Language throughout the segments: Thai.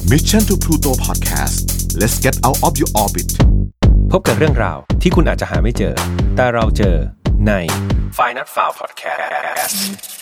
Mission to Pluto Podcast let's get out of your orbit พบกับเรื่องราวที่คุณอาจจะหาไม่เจอแต่เราเจอใน Find Not Found Podcast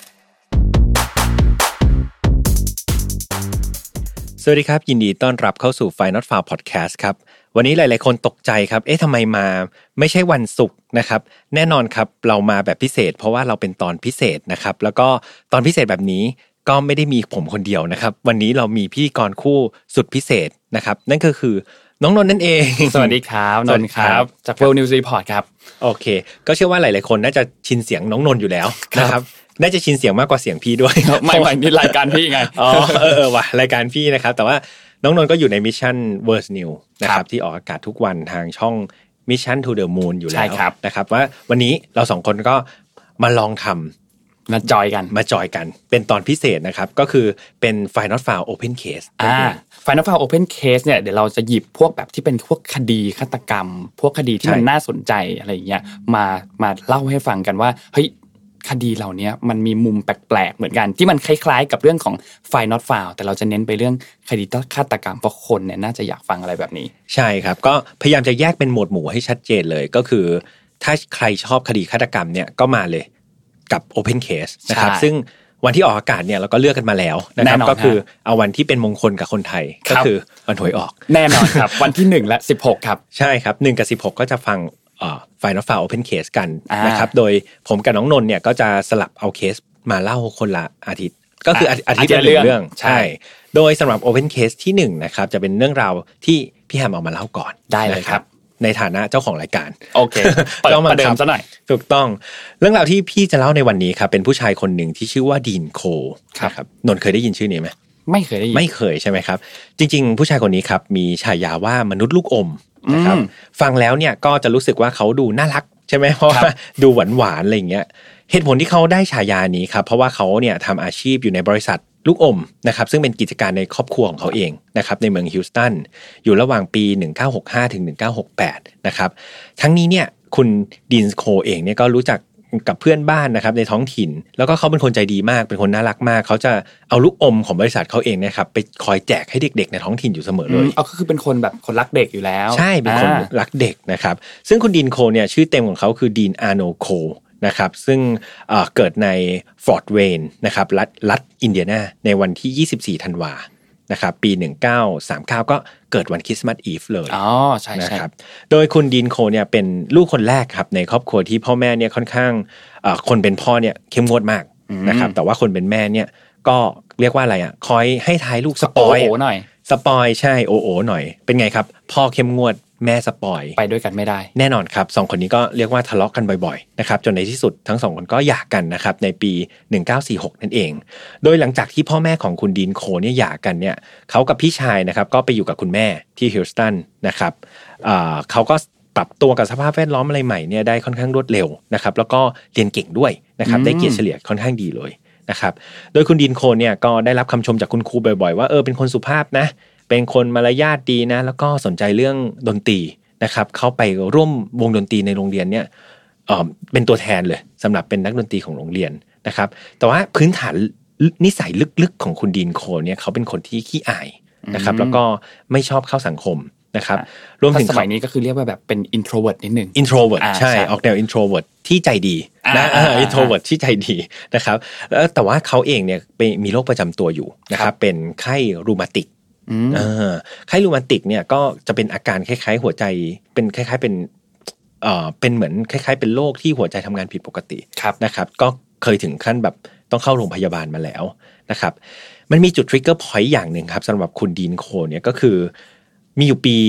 สวัสดีครับยินดีต้อนรับเข้าสู่ Find Not Found Podcast ครับวันนี้หลายๆคนตกใจครับทำไมมาไม่ใช่วันศุกร์นะครับแน่นอนครับเรามาแบบพิเศษเพราะว่าเราเป็นตอนพิเศษนะครับแล้วก็ตอนพิเศษแบบนี้ก็ไม่ได้มีผมคนเดียวนะครับวันนี้เรามีพิธีกรคู่สุดพิเศษนะครับนั่นก็คือน้องนนท์นั่นเองสวัสดีครับนนท์ครับจาก World News Report ครับโอเคก็เชื่อว่าหลายๆคนน่าจะชินเสียงน้องนนท์อยู่แล้วนะครับน่าจะชินเสียงมากกว่าเสียงพี่ด้วยไม่นี่รายการพี่ไงอ๋อว่ะรายการพี่นะครับแต่ว่าน้องนนท์ก็อยู่ใน Mission World News นะครับที่ออกอากาศทุกวันทางช่อง Mission to the Moon อยู่แล้วนะครับว่าวันนี้เราสองคนก็มาลองทำมาจอยกันเป็นตอนพิเศษนะครับก็คือเป็น Find Not Found Open Case Find Not Found Open Case เนี่ยเดี๋ยวเราจะหยิบพวกแบบที่เป็นพวกคดีฆาตกรรมพวกคดีที่มันน่าสนใจอะไรอย่างเงี้ยมาเล่าให้ฟังกันว่าเฮ้ยคดีเหล่านี้มันมีมุมแปลกๆเหมือนกันที่มันคล้ายๆกับเรื่องของ Find Not Found แต่เราจะเน้นไปเรื่องคดีฆาตกรรมเพราะคนเนี่ยน่าจะอยากฟังอะไรแบบนี้ใช่ครับก็พยายามจะแยกเป็นหมวดหมู่ให้ชัดเจนเลยก็คือถ้าใครชอบคดีฆาตกรรมเนี่ยก็มาเลยกับ Open Case นะครับซึ่งวันที่ออกอากาศเนี่ยเราก็เลือกกันมาแล้วนะครับก็คือเอาวันที่เป็นมงคลกับคนไทยก็คือวันหวยออกแน่นอนครับวันที่1และ16ครับใช่ครับ1กับ16ก็จะฟังFind Not Found Open Case กันนะครับโดยผมกับน้องนนท์เนี่ยก็จะสลับเอาเคสมาเล่าคนละอาทิตย์ก็คืออาทิตย์ละเรื่องใช่โดยสำหรับ Open Case ที่1นะครับจะเป็นเรื่องราวที่พี่แฮมเอามาเล่าก่อนได้เลยครับในฐานะเจ้าของรายการโอเคเปิดประเดิมซะหน่อยถูกต้องเรื่องราวที่พี่จะเล่าในวันนี้ครับเป็นผู้ชายคนหนึ่งที่ชื่อว่าดีนโคครับนนท์เคยได้ยินชื่อนี้ไหมไม่เคยได้ยินไม่เคยใช่ไหมครับจริงๆผู้ชายคนนี้ครับมีฉายาว่ามนุษย์ลูกอมนะครับฟังแล้วเนี่ยก็จะรู้สึกว่าเขาดูน่ารักใช่ไหมเพราะว่าดูหวานๆอะไรอย่างเงี้ยเหตุผลที่เขาได้ฉายานี้ครับเพราะว่าเขาเนี่ยทำอาชีพอยู่ในบริษัทลูกอมนะครับซึ่งเป็นกิจการในครอบครัวของเขาเองนะครับในเมืองฮิวสตันอยู่ระหว่างปี1965ถึง1968นะครับทั้งนี้เนี่ยคุณดินโคเองเนี่ยก็รู้จักกับเพื่อนบ้านนะครับในท้องถิ่นแล้วก็เขาเป็นคนใจดีมากเป็นคนน่ารักมากเขาจะเอาลูกอมของบริษัทเขาเองนะครับไปคอยแจกให้เด็กๆในท้องถิ่นอยู่เสมอเลยก็คือเป็นคนแบบคนรักเด็กอยู่แล้วใช่เป็นคนรักเด็กนะครับซึ่งคุณดินโคเนี่ยชื่อเต็มของเขาคือดีนอาร์โนโคนะครับซึ่งเกิดในฟอร์ตเวนนะครับรัฐอินเดียนาในวันที่24ธันวานะครับปี1939ก็เกิดวันคริสต์มาสอีฟเลยใช่นะครับโดยคุณดินโคเนี่ยเป็นลูกคนแรกครับในครอบครัวที่พ่อแม่เนี่ยค่อนข้างคนเป็นพ่อเนี่ยเข้มงวดมากนะครับแต่ว่าคนเป็นแม่เนี่ยก็เรียกว่าอะไรคอยให้ท้ายลูกสปอยหน่อยสปอยใช่โอหน่อยเป็นไงครับพ่อเข้มงวดแม่สปอยไปด้วยกันไม่ได้แน่นอนครับ2คนนี้ก็เรียกว่าทะเลาะกันบ่อยๆนะครับจนในที่สุดทั้ง2คนก็หย่ากันนะครับในปี1946นั่นเองโดยหลังจากที่พ่อแม่ของคุณดินโคเนี่ยหย่ากันเนี่ยเขากับพี่ชายนะครับก็ไปอยู่กับคุณแม่ที่ฮิลสตันนะครับเขาก็ปรับตัวกับสภาพแวดล้อมอะไรใหม่เนี่ยได้ค่อนข้างรวดเร็วนะครับแล้วก็เรียนเก่งด้วยนะครับได้เกรดเฉลี่ยค่อนข้างดีเลยนะครับโดยคุณดินโคเนี่ยก็ได้รับคำชมจากคุณครูบ่อยๆว่าเป็นคนสุภาพนะเป็นคนมารยาทดีนะแล้วก็สนใจเรื่องดนตรีนะครับเข้าไปร่วมวงดนตรีในโรงเรียนเนี่ยเป็นตัวแทนเลยสำหรับเป็นนักดนตรีของโรงเรียนนะครับแต่ว่าพื้นฐานนิสัยลึกๆของคุณดินโคเนี่ยเขาเป็นคนที่ขี้อายนะครับแล้วก็ไม่ชอบเข้าสังคมนะครับรวมถึงสมัยนี้ก็คือเรียกว่าแบบเป็น introvert นิดนึง introvert ใช่ออกแนว introvert ที่ใจดีนะintrovert ที่ใจดีนะครับแต่ว่าเขาเองเนี่ยมีโรคประจำตัวอยู่นะครับเป็นไข้รูมาติกไข้รูมาติกเนี่ยก็จะเป็นอาการคล้ายๆหัวใจเป็นคล้ายๆเป็นเหมือนคล้ายๆเป็นโรคที่หัวใจทำงานผิดปกตินะครับก็เคยถึงขั้นแบบต้องเข้าโรงพยาบาลมาแล้วนะครับมันมีจุดทริกเกอร์พอยต์อย่างหนึ่งครับสำหรับคุณดีนโคเนี่ยก็คือมีอยู่ปี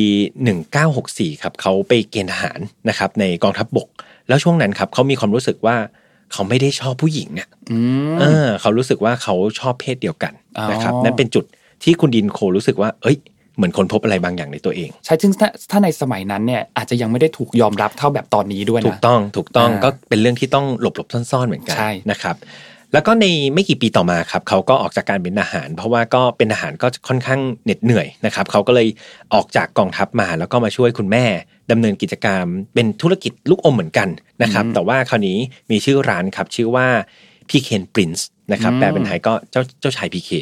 1964ครับเขาไปเกณฑ์ทหารนะครับในกองทัพบกแล้วช่วงนั้นครับเขามีความรู้สึกว่าเขาไม่ได้ชอบผู้หญิงเขารู้สึกว่าเขาชอบเพศเดียวกันนะครับนั่นเป็นจุดที่คุณดินโครู้สึกว่าเหมือนคนพบอะไรบางอย่างในตัวเองใช่ซึ่งถ้าในสมัยนั้นเนี่ยอาจจะยังไม่ได้ถูกยอมรับเท่าแบบตอนนี้ด้วยนะถูกต้องก็เป็นเรื่องที่ต้องหลบซ่อนๆเหมือนกันนะครับแล้วก็ในไม่กี่ปีต่อมาครับเขาก็ออกจากการเป็นทหารเพราะว่าก็เป็นทหารก็ค่อนข้างเหน็ดเหนื่อยนะครับเขาก็เลยออกจากกองทัพมาแล้วก็มาช่วยคุณแม่ดำเนินกิจการเป็นธุรกิจลูกอมเหมือนกันนะครับแต่ว่าคราวนี้มีชื่อร้านครับชื่อว่าพีเคนปรินซ์นะครับแปลเป็นไทยก็เจ้าชายพีเคน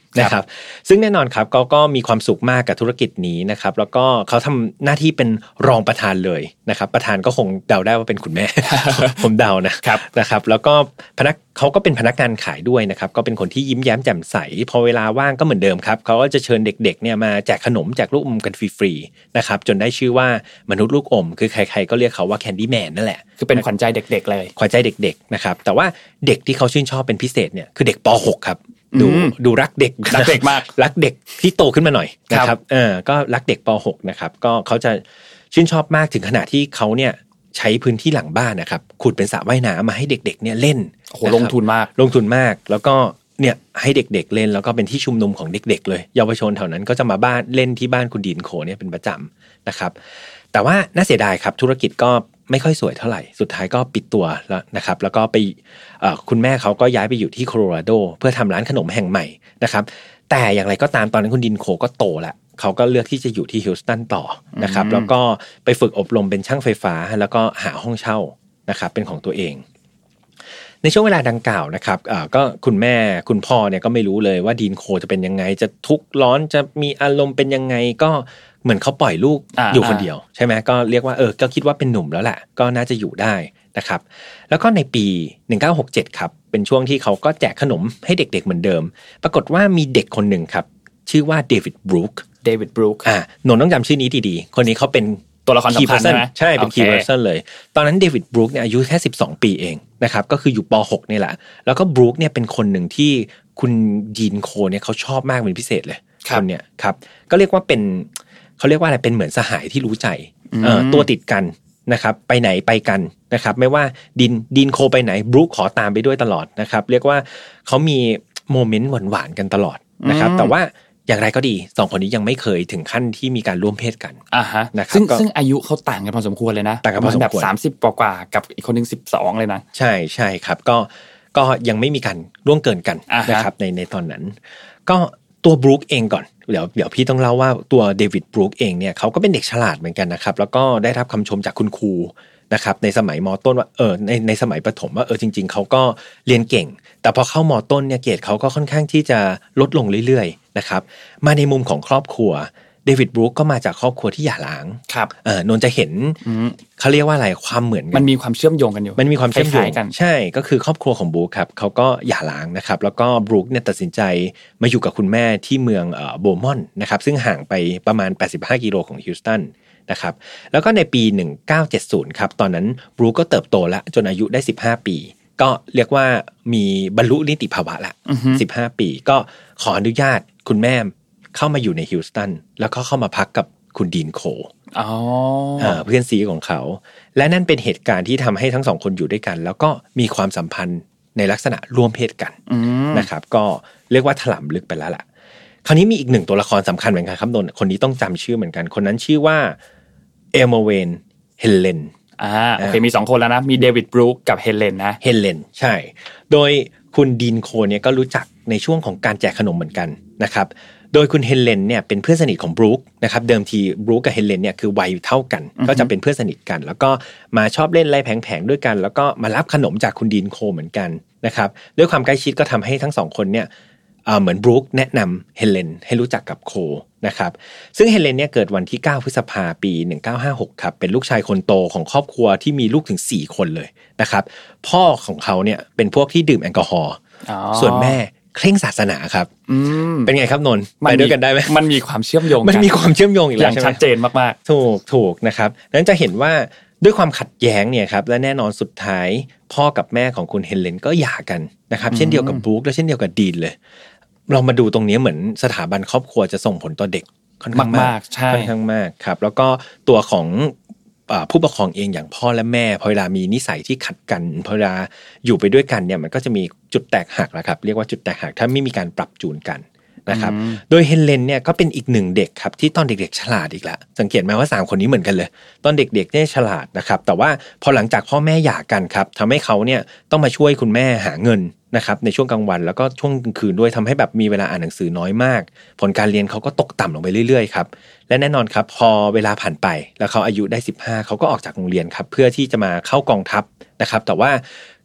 นะครับซึ่งแน่นอนครับก็มีความสุขมากกับธุรกิจนี้นะครับแล้วก็เขาทำหน้าที่เป็นรองประธานเลยนะครับประธานก็คงเดาได้ว่าเป็นคุณแม่ ผมเดานะครับแล้วก็เขาก็เป็นพนักงานขายด้วยนะครับก็เป็นคนที่ยิ้มแย้มแจ่มใสพอเวลาว่างก็เหมือนเดิมครับเขาก็จะเชิญเด็กๆเนี่ยมาแจกขนมแจกลูกอมกันฟรีๆนะครับจนได้ชื่อว่ามนุษย์ลูกอมคือใครๆก็เรียกเขาว่าแคนดี้แมนนั่นแหละคือเป็นขวัญใจเด็กๆเลยขวัญใจเด็กๆนะครับแต่ว่าเด็กที่เขาชื่นชอบเป็นพิเศษเนี่ยคือเด็กป .6 ครับดูรักเด็กมากรักเด็กที่โตขึ้นมาหน่อยนะครับก็รักเด็กป .6 นะครับก็เขาจะชื่นชอบมากถึงขนาดที่เขาเนี่ยใช้พื้นที่หลังบ้านนะครับขุดเป็นสระว่ายน้ำมาให้เด็กๆเนี่ยเล่นโอ้โหลงทุนมากแล้วก็เนี่ยให้เด็กๆเล่นแล้วก็เป็นที่ชุมนุมของเด็กๆเลยเยาวชนแถวนั้นก็จะมาบ้านเล่นที่บ้านคุณดีนโคเนี่ยเป็นประจำนะครับแต่ว่าน่าเสียดายครับธุรกิจก็ไม่ค่อยสวยเท่าไหร่สุดท้ายก็ปิดตัวแล้วนะครับแล้วก็ไปคุณแม่เขาก็ย้ายไปอยู่ที่โคโลราโดเพื่อทำร้านขนมแห่งใหม่นะครับแต่อย่างไรก็ตามตอนนั้นคุณดินโคก็โตแล้วเขาก็เลือกที่จะอยู่ที่ฮิลสตันต่อนะครับแล้วก็ไปฝึกอบรมเป็นช่างไฟฟ้าแล้วก็หาห้องเช่านะครับเป็นของตัวเองในช่วงเวลาดังกล่าวนะครับก็คุณแม่คุณพ่อเนี่ยก็ไม่รู้เลยว่าดีนโคจะเป็นยังไงจะทุกข์ร้อนจะมีอารมณ์เป็นยังไงก็เหมือนเขาปล่อยลูกอยู่คนเดียวใช่ไหมก็เรียกว่าก็คิดว่าเป็นหนุ่มแล้วแหละก็น่าจะอยู่ได้นะครับแล้วก็ในปี1967ครับเป็นช่วงที่เขาก็แจกขนมให้เด็กๆเหมือนเดิมปรากฏว่ามีเด็กคนหนึ่งครับชื่อว่าเดวิดบรูคนนท์ต้องจำชื่อนี้ดีๆคนนี้เขาเป็นตัวละครสำคัญใช่เป็นคีย์เพอร์ซันเลยตอนนั้นเดวิดบรูคเนี่ยอายุแค่12ปีเองนะครับก็คืออยู่ป .6 นี่แหละแล้วก็บรูคเนี่ยเป็นคนหนึ่งที่คุณดีนโคเนี่ยเขาชอบมากเป็นพิเศษเลยคนเนี่ยครับก็เรียกว่าเป็นเขาเรียกว่าอะไรเป็นเหมือนสหายที่รู้ใจตัวติดกันนะครับไปไหนไปกันนะครับไม่ว่าดีนโคไปไหนบรูคขอตามไปด้วยตลอดนะครับเรียกว่าเขามีโมเมนต์หวานๆกันตลอดนะครับแต่ว่าอย่างไรก็ดีสองคนนี้ยังไม่เคยถึงขั้นที่มีการร่วมเพศกันนะครับซึ่งอายุเขาต่างกันพอสมควรเลยนะต่างกันพอสมควรแบบ30กว่ากับอีกคนนึง12เลยนะใช่ครับก็ยังไม่มีการล่วงเกินกันนะครับในตอนนั้นก็ตัวบรูคเองก่อนเดี๋ยวพี่ต้องเล่าว่าตัวเดวิดบรูคเองเนี่ยเขาก็เป็นเด็กฉลาดเหมือนกันนะครับแล้วก็ได้รับคำชมจากคุณครูนะครับในสมัยม.ต้นว่าในสมัยประถมว่าจริงๆเขาก็เรียนเก่งแต่พอเข้าม.ต้นเนี่ยเกรดเขาก็ค่อนข้างที่จะลดลงเรื่อยๆนะครับมาในมุมของครอบครัวเดวิดบรูคก็มาจากครอบครัวที่หย่าร้างครับนนจะเห็นเขาเรียกว่าอะไรความเหมือนมันมีความเชื่อมโยงกันอยู่มันมีความเชื่อมโยงกันใช่ก็คือครอบครัวของบรูคครับเขาก็หย่าร้างนะครับแล้วก็บรูคเนี่ยตัดสินใจมาอยู่กับคุณแม่ที่เมืองโบมอนนะครับซึ่งห่างไปประมาณ85กิโลของฮิลสตันนะครับแล้วก็ในปี1970ครับตอนนั้นบรูคก็เติบโตแล้วจนอายุได้15ปีก็เรียกว่ามีบรรลุนิติภาวะละ15ปีก็ขออนุญาตคุณแม่เข้ามาอยู่ในฮิลสตันแล้วก็เข้ามาพักกับคุณดีนโคเพื่อนซีของเขาและนั่นเป็นเหตุการณ์ที่ทำให้ทั้งสองคนอยู่ด้วยกันแล้วก็มีความสัมพันธ์ในลักษณะร่วมเพศกันนะครับก็เรียกว่าถลำลึกไปแล้วล่ะคราวนี้มีอีกหนึ่งตัวละครสำคัญเหมือนกันครับนนท์คนนี้ต้องจำชื่อเหมือนกันคนนั้นชื่อว่าเอลมาเวนเฮเลนโอเคมี2คนแล้วนะมีเดวิดบรูคกับเฮเลนนะเฮเลนใช่โดยคุณดีนโคเนี่ยก็รู้จักในช่วงของการแจกขนมเหมือนกันนะครับโดยคุณเฮเลนเนี่ยเป็นเพื่อนสนิทของบรูคนะครับเดิมทีบรูคกับเฮเลนเนี่ยคือวัยเท่ากันก็จะเป็นเพื่อนสนิทกันแล้วก็มาชอบเล่นไล่แผงๆด้วยกันแล้วก็มารับขนมจากคุณดีนโคเหมือนกันนะครับด้วยความใกล้ชิดก็ทำให้ทั้งสองคนเนี่ยเหมือนบรูคแนะนำเฮเลนให้รู้จักกับโคนะครับซึ่งเฮเลนเนี่ยเกิดวันที่9พฤษภาคมปี1956ครับเป็นลูกชายคนโตของครอบครัวที่มีลูกถึง4คนเลยนะครับพ่อของเขาเนี่ยเป็นพวกที่ดื่มแอลกอฮอล์ส่วนแม่เคร่งศาสนาครับเป็นไงครับนนท์ไปด้วยกันได้ไหมมันมีความเชื่อมโยงมันมีความเชื่อมโยงอีกแล้วอย่างชัดเจนมากๆถูกนะครับนั้นจะเห็นว่าด้วยความขัดแย้งเนี่ยครับและแน่นอนสุดท้ายพ่อกับแม่ของคุณเฮเลนก็หย่ากันนะครับเช่นเดียวกับบรูคและเช่นเดียวกับดีนเลยเรามาดูตรงนี้เหมือนสถาบันครอบครัวจะส่งผลต่อเด็กค่อนข้างมากใช่ค่อนข้างมากครับแล้วก็ตัวของผู้ปกครองเองอย่างพ่อและแม่พอเวลามีนิสัยที่ขัดกันพอเวลาอยู่ไปด้วยกันเนี่ยมันก็จะมีจุดแตกหักแหละครับเรียกว่าจุดแตกหักถ้าไม่มีการปรับจูนกันนะครับโดยเฮเลนเนี่ยก็เป็นอีกหนึ่งเด็กครับที่ตอนเด็กๆฉลาดอีกละสังเกตไหมว่า3คนนี้เหมือนกันเลยตอนเด็กๆเนี่ยฉลาดนะครับแต่ว่าพอหลังจากพ่อแม่หย่ากันครับทำให้เขาเนี่ยต้องมาช่วยคุณแม่หาเงินนะครับในช่วงกลางวันแล้วก็ช่วงกลางคืนด้วยทำให้แบบมีเวลาอ่านหนังสือน้อยมากผลการเรียนเขาก็ตกต่ำลงไปเรื่อยๆครับและแน่นอนครับพอเวลาผ่านไปแล้วเขาอายุได้15เขาก็ออกจากโรงเรียนครับเพื่อที่จะมาเข้ากองทัพนะครับแต่ว่า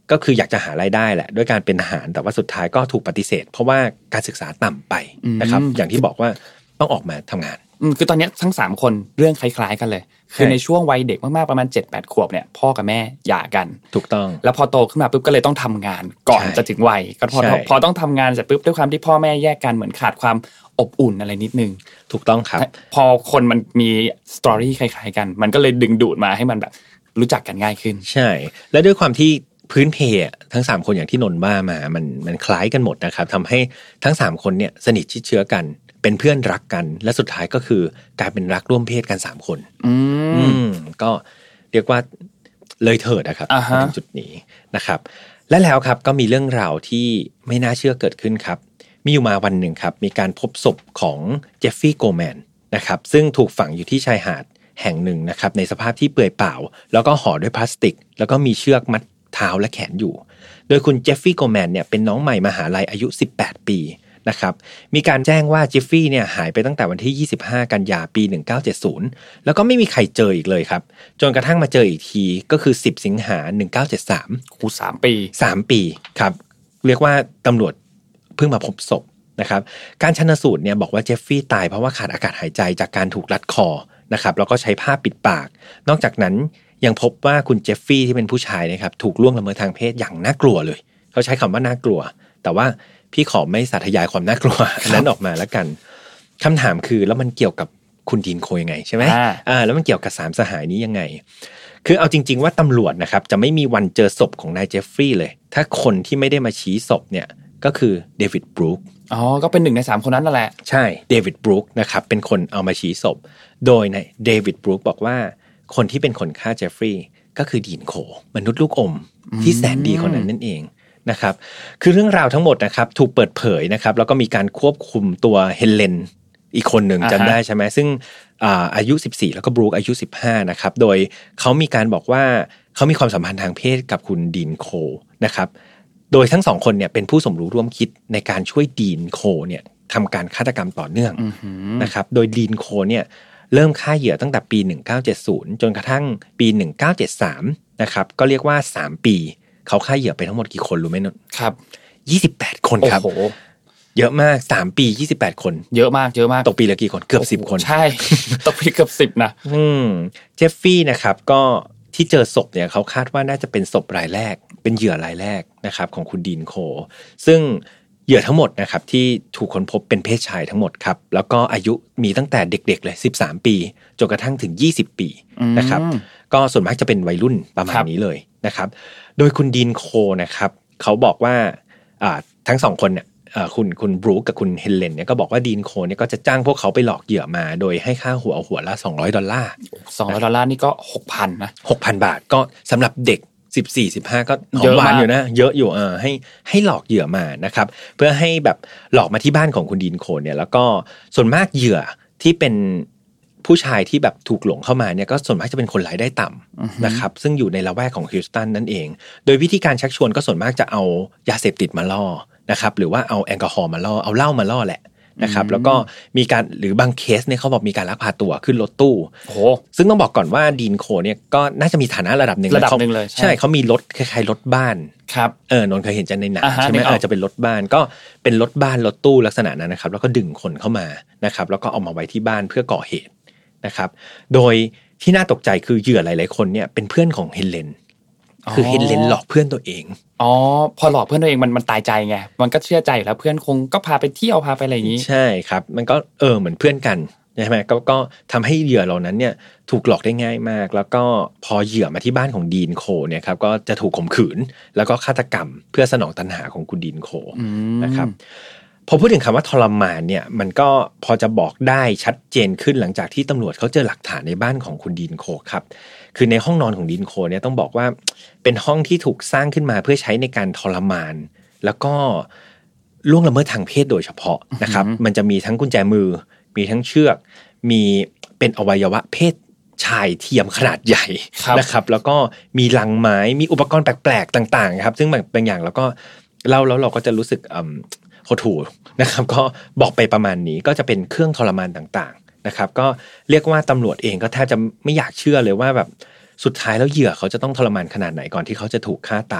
ก็คืออยากจะหารายได้แหละด้วยการเป็นทหารแต่ว่าสุดท้ายก็ถูกปฏิเสธเพราะว่าการศึกษาต่ำไปนะครับอย่างที่บอกว่าต้องออกมาทำงานคือตอนนี้ทั้ง3คนเรื่องคล้ายๆกันเลยคือในช่วงวัยเด็กมากๆประมาณ 7-8 ขวบเนี่ยพ่อกับแม่หย่ากันถูกต้องแล้วพอโตขึ้นมาปุ๊บก็เลยต้องทำงานก่อนจะถึงวัยก็พอต้องทำงานเสร็จปุ๊บด้วยความที่พ่อแม่แยกกันเหมือนขาดความอบอุ่นอะไรนิดนึงถูกต้องครับพอคนมันมีสตอรี่คล้ายๆกันมันก็เลยดึงดูดมาให้มันแบบรู้จักกันง่ายขึ้นใช่และด้วยความที่พื้นเพทั้ง3คนอย่างที่นนท์ว่ามามันคล้ายกันหมดนะครับทำให้ทั้ง3คนเนี่ยสนิทชิดเชื้อกันเป็นเพื่อนรักกันและสุดท้ายก็คือกลายเป็นรักร่วมเพศกัน3คนก็เรียกว่าเลยเถิดนะครับถึงจุดนี้นะครับและแล้วครับก็มีเรื่องราวที่ไม่น่าเชื่อเกิดขึ้นครับมีอยู่มาวันหนึ่งครับมีการพบศพของเจฟฟี่โกแมนนะครับซึ่งถูกฝังอยู่ที่ชายหาดแห่งหนึ่งนะครับในสภาพที่เปื่อยเปล่าแล้วก็ห่อด้วยพลาสติกแล้วก็มีเชือกมัดเท้าและแขนอยู่โดยคุณเจฟฟี่โกแมนเนี่ยเป็นน้องใหม่มหาลัยอายุ18ปีนะครับมีการแจ้งว่าเจฟฟี่เนี่ยหายไปตั้งแต่วันที่25กันยายนปี1970แล้วก็ไม่มีใครเจออีกเลยครับจนกระทั่งมาเจออีกทีก็คือ10สิงหาคม1973 คู3 ปีครับเรียกว่าตำรวจเพิ่งมาพบศพนะครับการชันสูตรเนี่ยบอกว่าเจฟฟี่ตายเพราะว่าขาดอากาศหายใจจากการถูกรัดคอนะครับแล้วก็ใช้ผ้าปิดปากนอกจากนั้นยังพบว่าคุณเจฟฟี่ที่เป็นผู้ชายนะครับถูกล่วงละเมิดทางเพศอย่างน่ากลัวเลยเขาใช้คำว่าน่ากลัวแต่ว่าพี่ขอไม่สาธยายความน่ากลัวอันนั้นออกมาแล้วกันคำถามคือแล้วมันเกี่ยวกับคุณดีนโคยังไงใช่ไหมแล้วมันเกี่ยวกับ3สหายนี้ยังไงคือเอาจริงๆว่าตำรวจนะครับจะไม่มีวันเจอศพของนายเจฟฟี่เลยถ้าคนที่ไม่ได้มาชี้ศพเนี่ยก็คือเดวิดบรูคก็เป็น1ใน3คนนั้นนั่นแหละใช่เดวิดบรูคนะครับเป็นคนเอามาชี้ศพโดยนายเดวิดบรูคบอกว่าคนที่เป็นคนฆ่าเจฟฟี่ก็คือดีนโคมนุษย์ลูกอมที่แสนดีคนนั้นนั่นเองนะครับคือเรื่องราวทั้งหมดนะครับถูกเปิดเผยนะครับแล้วก็มีการควบคุมตัวเฮเลนอีกคนหนึ่งจำได้ใช่ไหมซึ่งอายุ14แล้วก็บรูคอายุ15นะครับโดยเขามีการบอกว่าเขามีความสัมพันธ์ทางเพศกับคุณดีนโคนะครับโดยทั้ง2คนเนี่ยเป็นผู้สมรู้ร่วมคิดในการช่วยดีนโคเนี่ยทำการฆาตกรรมต่อเนื่องนะครับโดยดีนโคเนี่ยเริ่มฆ่าเหยื่อตั้งแต่ปี1970จนกระทั่งปี1973นะครับก็เรียกว่า3ปีเขาฆ่าเหยื่อไปทั้งหมดกี่คนรู้ไหมนนท์ครับ 28คนครับเยอะมาก3ปี28คนเยอะมากตกปีละกี่คนเกือบ10คนใช่ตกปีเกือบ10นะเจฟฟี่นะครับก็ที่เจอศพเนี่ยเขาคาดว่าน่าจะเป็นศพรายแรกเป็นเหยื่อรายแรกนะครับของคุณดีนโคซึ่งเหยื่อทั้งหมดนะครับที่ถูกค้นพบเป็นเพศชายทั้งหมดครับแล้วก็อายุมีตั้งแต่เด็กๆเลย13ปีจนกระทั่งถึง20ปีนะครับก็ส่วนมากจะเป็นวัยรุ่นประมาณนี้เลยนะครับโดยคุณดีนโคนะครับเขาบอกว่าทั้ง2คนเนี่ยคุณบรูคกับคุณเฮเลนเนี่ยก็บอกว่าดีนโคเนี่ยก็จะจ้างพวกเขาไปหลอกเหยื่อมาโดยให้ค่าหัวละ $200นี่ก็ 6,000 นะ 6,000 บาทก็สำหรับเด็ก14-15ก็หอมหวานอยู่นะเยอะอยู่ให้หลอกเหยื่อมานะครับเพื่อให้แบบหลอกมาที่บ้านของคุณดีนโคเนี่ยแล้วก็ส่วนมากเหยื่อที่เป็นผู้ชายที่แบบถูกหลงเข้ามาเนี่ยก็ส่วนมากจะเป็นคนรายได้ต่ำนะครับซึ่งอยู่ในละแวกของฮิวสตันนั่นเองโดยวิธีการชักชวนก็ส่วนมากจะเอายาเสพติดมาล่อนะครับหรือว่าเอาแอลกอฮอล์มาล่อเอาเหล้ามาล่อแหละนะครับแล้วก็มีการหรือบางเคสเนี่ยเขาบอกมีการลักพาตัวขึ้นรถตู้ซึ่งต้องบอกก่อนว่าดีนโคเนี่ยก็น่าจะมีฐานะระดับหนึ่งเลยใช่เขามีรถคล้ายๆรถบ้านครับนนท์เคยเห็นจะในหนังใช่ไหมจะเป็นรถบ้านก็เป็นรถบ้านรถตู้ลักษณะนั้นนะครับแล้วก็ดึงคนเข้ามานะครับแล้วก็เอามาไว้ที่บ้านเพื่อก่อเหตุนะครับโดยที่น่าตกใจคือเหยื่อหลายๆคนเนี่ยเป็นเพื่อนของเฮเลนคือเฮเลนหลอกเพื่อนตัวเองพอหลอกเพื่อนตัวเองมันตายใจไงมันก็เชื่อใจแล้วเพื่อนคงก็พาไปเที่ยวพาไปอะไรอย่างนี้ใช่ครับมันก็เหมือนเพื่อนกันใช่ไหมก็ทำให้เหยื่อเหล่านั้นเนี่ยถูกหลอกได้ง่ายมากแล้วก็พอเหยื่อมาที่บ้านของดีนโคเนี่ยครับก็จะถูกข่มขืนแล้วก็ฆาตกรรมเพื่อสนองตัณหาของคุณดีนโคนะครับพอพูดถึงคำว่าทรมานเนี่ยมันก็พอจะบอกได้ชัดเจนขึ้นหลังจากที่ตำรวจเขาเจอหลักฐานในบ้านของคุณดีนโคครับคือในห้องนอนของดีนโคเนี่ยต้องบอกว่าเป็นห้องที่ถูกสร้างขึ้นมาเพื่อใช้ในการทรมานแล้วก็ล่วงละเมิดทางเพศโดยเฉพาะนะครับมันจะมีทั้งกุญแจมือมีทั้งเชือกมีเป็นอวัยวะเพศชายเทียมขนาดใหญ่นะครับแล้วก็มีลังไม้มีอุปกรณ์แปลกๆต่างๆครับซึ่งบางอย่างแล้วก็แล้วเราก็จะรู้สึกโหดหู่นะครับก็บอกไปประมาณนี้ก็จะเป็นเครื่องทรมานต่างๆนะครับก็เรียกว่าตำรวจเองก็แทบจะไม่อยากเชื่อเลยว่าแบบสุดท้ายแล้วเหยื่อเขาจะต้องทรมานขนาดไหนก่อนที่เขาจะถูกฆ่าตาย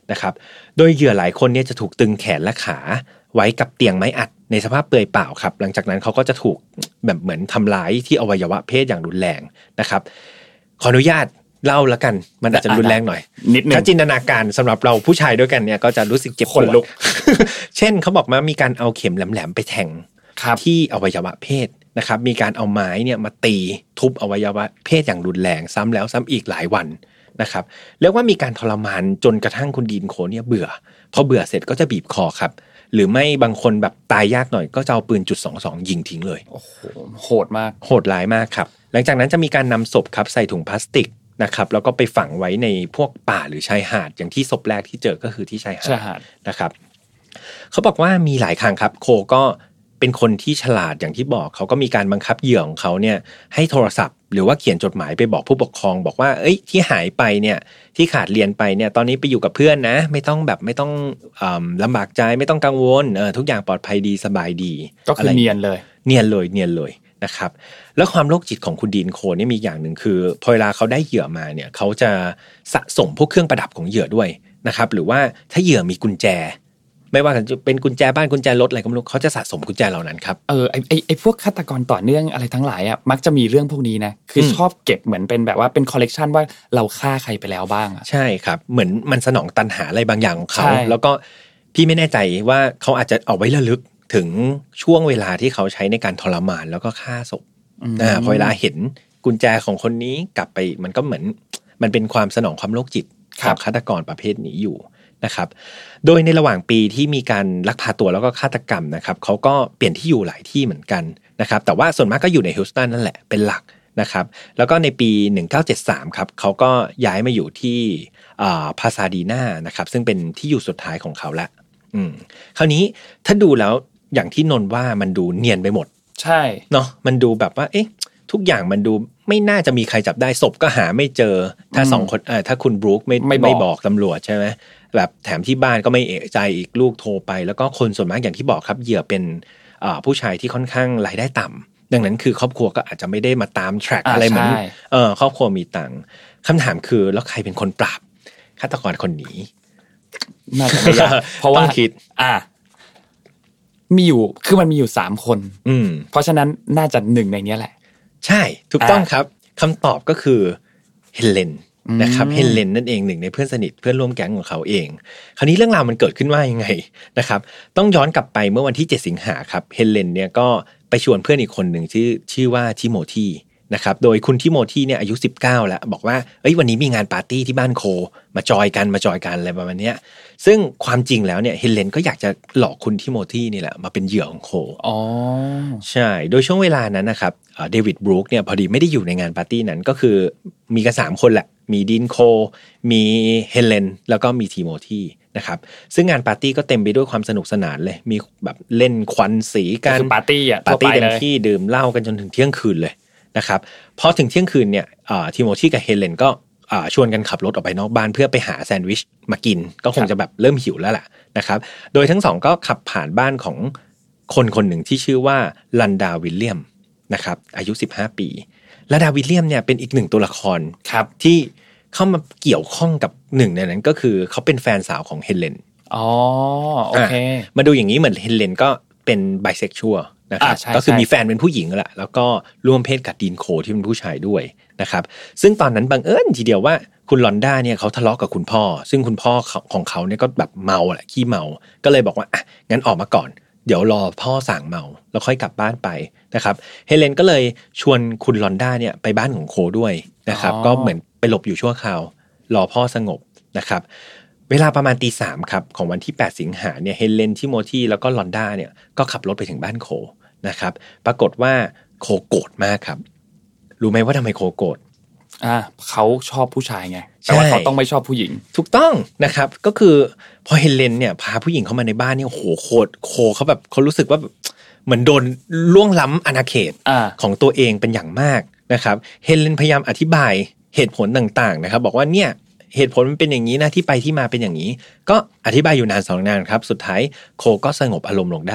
นะครับโดยเหยื่อหลายคนเนี่ยจะถูกตึงแขนและขาไว้กับเตียงไม้อัดในสภาพเปลือยเปล่าครับหลังจากนั้นเขาก็จะถูกแบบเหมือนทำร้ายที่อวัยวะเพศอย่างรุนแรงนะครับขออนุญาตเล่าละกันมันอาจจะรุนแรงหน่อยนิดนึงถ้าจินตนาการสำหรับเราผู้ชายด้วยกันเนี่ยก็จะรู้สึกเจ็บปวด เช่นเขาบอกว่ามีการเอาเข็มแหลมๆไปแทงที่อวัยวะเพศนะครับมีการเอาไม้เนี่ยมาตีทุบอวัยวะเพศอย่างรุนแรงซ้ำแล้วซ้ำอีกหลายวันนะครับเรียกว่ามีการทรมานจนกระทั่งคุณดีนโคเนี่ยเบื่อพอเบื่อเสร็จก็จะบีบคอครับหรือไม่บางคนแบบตายยากหน่อยก็จะเอาปืน.22ยิงทิ้งเลยโอ้โหโหดมากโหดร้ายมากครับหลังจากนั้นจะมีการนำศพครับใส่ถุงพลาสติกนะครับแล้วก็ไปฝังไว้ในพวกป่าหรือชายหาดอย่างที่ศพแรกที่เจอก็คือที่ชายหาดนะครับเขาบอกว่ามีหลายครั้งครับโคก็เป็นคนที่ฉลาดอย่างที่บอกเขาก็มีการบังคับเหยื่อของเขาเนี่ยให้โทรศัพท์หรือว่าเขียนจดหมายไปบอกผู้ปกครองบอกว่าที่หายไปเนี่ยที่ขาดเรียนไปเนี่ยตอนนี้ไปอยู่กับเพื่อนนะไม่ต้องลำบากใจไม่ต้องกังวลทุกอย่างปลอดภัยดีสบายดีก็คือเนียนเลยนะครับแล้วความโรคจิตของคุณดีนโคนี่มีอย่างหนึ่งคือพอเวลาเขาได้เหยื่อมาเนี่ยเขาจะสะสมพวกเครื่องประดับของเหยื่อด้วยนะครับหรือว่าถ้าเหยื่อมีกุญแจไม่ว่าจะเป็นกุญแจบ้านกุญแจรถอะไรก็ไม่รู้เขาจะสะสมกุญแจเหล่านั้นครับไอพวกฆาตกรต่อเนื่องอะไรทั้งหลายอ่ะมักจะมีเรื่องพวกนี้นะคือชอบเก็บเหมือนเป็นแบบว่าเป็นคอลเลกชันว่าเราฆ่าใครไปแล้วบ้างใช่ครับเหมือนมันสนองตัณหาอะไรบางอย่างของเขาแล้วก็พี่ไม่แน่ใจว่าเขาอาจจะเอาไว้ระลึกถึงช่วงเวลาที่เขาใช้ในการทรมานแล้วก็ฆ่าศพพอเวลาเห็นกุญแจของคนนี้กลับไปมันก็เหมือนมันเป็นความสนองความโรคจิตของฆาตกรประเภทนี้อยู่นะครับโดยในระหว่างปีที่มีการลักพาตัวแล้วก็ฆาตกรรมนะครับเขาก็เปลี่ยนที่อยู่หลายที่เหมือนกันนะครับแต่ว่าส่วนมากก็อยู่ในฮิวสตันนั่นแหละเป็นหลักนะครับแล้วก็ในปี1973ครับเขาก็ย้ายมาอยู่ที่พาซาดีนานะครับซึ่งเป็นที่อยู่สุดท้ายของเขาละคราวนี้ถ้าดูแล้วอย่างที่นนว่ามันดูเนียนไปหมดใช่เนาะมันดูแบบว่าทุกอย่างมันดูไม่น่าจะมีใครจับได้ศพก็หาไม่เจอถ้าสองคนถ้าคุณบรูคไม่บอกตำรวจใช่ไหมแบบแถมที่บ้านก็ไม่เอะใจอีกลูกโทรไปแล้วก็คนส่วนมากอย่างที่บอกครับเหยื่อเป็นผู้ชายที่ค่อนข้างรายได้ต่ำดังนั้นคือครอบครัวก็อาจจะไม่ได้มาตามแทร็กอะไรเหมือนครอบครัวมีตังค์คำถามคือแล้วใครเป็นคนปราบฆาตกรคนนี้น่าจะไม่ยากเพราะว่าคิดมีอยู่คือมันมีอยู่3คนเพราะฉะนั้นน่าจะ1ในนี้แหละใช่ถูกต้องครับคำตอบก็คือเฮเลนนะครับเฮเลนนั่นเองหนึ่งในเพื่อนสนิทเพื่อนร่วมแก๊งของเขาเองคราวนี้เรื่องราวมันเกิดขึ้นว่ายังไงนะครับต้องย้อนกลับไปเมื่อวันที่7สิงหาครับเฮเลนเนี่ยก็ไปชวนเพื่อนอีกคนหนึ่งชื่อว่าทิโมธีนะครับโดยคุณทิโมธีเนี่ยอายุ19แล้วบอกว่าวันนี้มีงานปาร์ตี้ที่บ้านโคมาจอยกันอะไรประมาณนี้ซึ่งความจริงแล้วเนี่ยเฮเลนก็อยากจะหลอกคุณทิโมธีนี่แหละมาเป็นเหยื่อของโคใช่โดยช่วงเวลานั้นนะครับเดวิดบรูคเนี่ยพอดีไม่ได้อยู่ในงานปาร์ตี้นั้นก็คือมีกัน3คนแหละมีดีนโคมีเฮเลนแล้วก็มีทิโมธีนะครับซึ่งงานปาร์ตี้ก็เต็มไปด้วยความสนุกสนานเลยมีแบบเล่นควันสีกันปาร์ตี้เต็มที่ดื่มเหล้ากันจนถึงเที่ยงคืนเลยนะครับพอถึงเที่ยงคืนเนี่ยทิโมธีกับเฮเลนก็ชวนกันขับรถออกไปนอกบ้านเพื่อไปหาแซนด์วิชมากินก็คงจะแบบเริ่มหิวแล้วล่ะนะครับโดยทั้งสองก็ขับผ่านบ้านของคนหนึ่งที่ชื่อว่าลันดาวิลเลียมนะครับอายุ15ปีลันดาวิลเลียมเนี่ยเป็นอีกหนึ่งตัวละครที่เข้ามาเกี่ยวข้องกับหนึ่งในนั้นก็คือเขาเป็นแฟนสาวของเฮเลนโอเคมาดูอย่างนี้เหมือนเฮเลนก็เป็นไบเซ็กชวลนะครับก็คือมีแฟนเป็นผู้หญิงแหละแล้วก็ร่วมเพศกับดีนโคที่เป็นผู้ชายด้วยนะครับซึ่งตอนนั้นบังเอิญทีเดียวว่าคุณลอนด้าเนี่ยเขาทะเลาะกับคุณพ่อซึ่งคุณพ่อของเขาเนี่ยก็แบบเมาแหละขี้เมาก็เลยบอกว่างั้นออกมาก่อนเดี๋ยวรอพ่อสั่งเมาแล้วค่อยกลับบ้านไปนะครับเฮเลนก็เลยชวนคุณลอนด้าเนี่ยไปบ้านของโคด้วยนะครับก็เหมือนไปหลบอยู่ชั่วคราวรอพ่อสงบนะครับเวลาประมาณ 3:00 ครับของวันที่8สิงหาเนี่ยเฮเลนทิโมธีแล้วก็ลอนด้าเนี่ยก็ขับรถไปถึงบ้านโคนะครับปรากฏว่าโคโกรธมากครับรู้ไหมว่าทำไมโคโกรธเขาชอบผู้ชายไงแต่ว่าเขาต้องไม่ชอบผู้หญิงถูกต้องนะครับก็คือพอเฮเลนเนี่ยพาผู้หญิงเข้ามาในบ้านเนี่ยโหโคเขาแบบเขารู้สึกว่าเหมือนโดนล่วงล้ำอาณาเขตของตัวเองเป็นอย่างมากนะครับเฮเลนพยายามอธิบายเหตุผลต่างๆนะครับบอกว่าเนี่ยเหตุผลมันเป็นอย่างนี้นะที่ไปที่มาเป็นอย่างนี้ก็อธิบายอยู่นาน2 นานครับสุดท้ายโคก็สงบอารมณ์ลงได้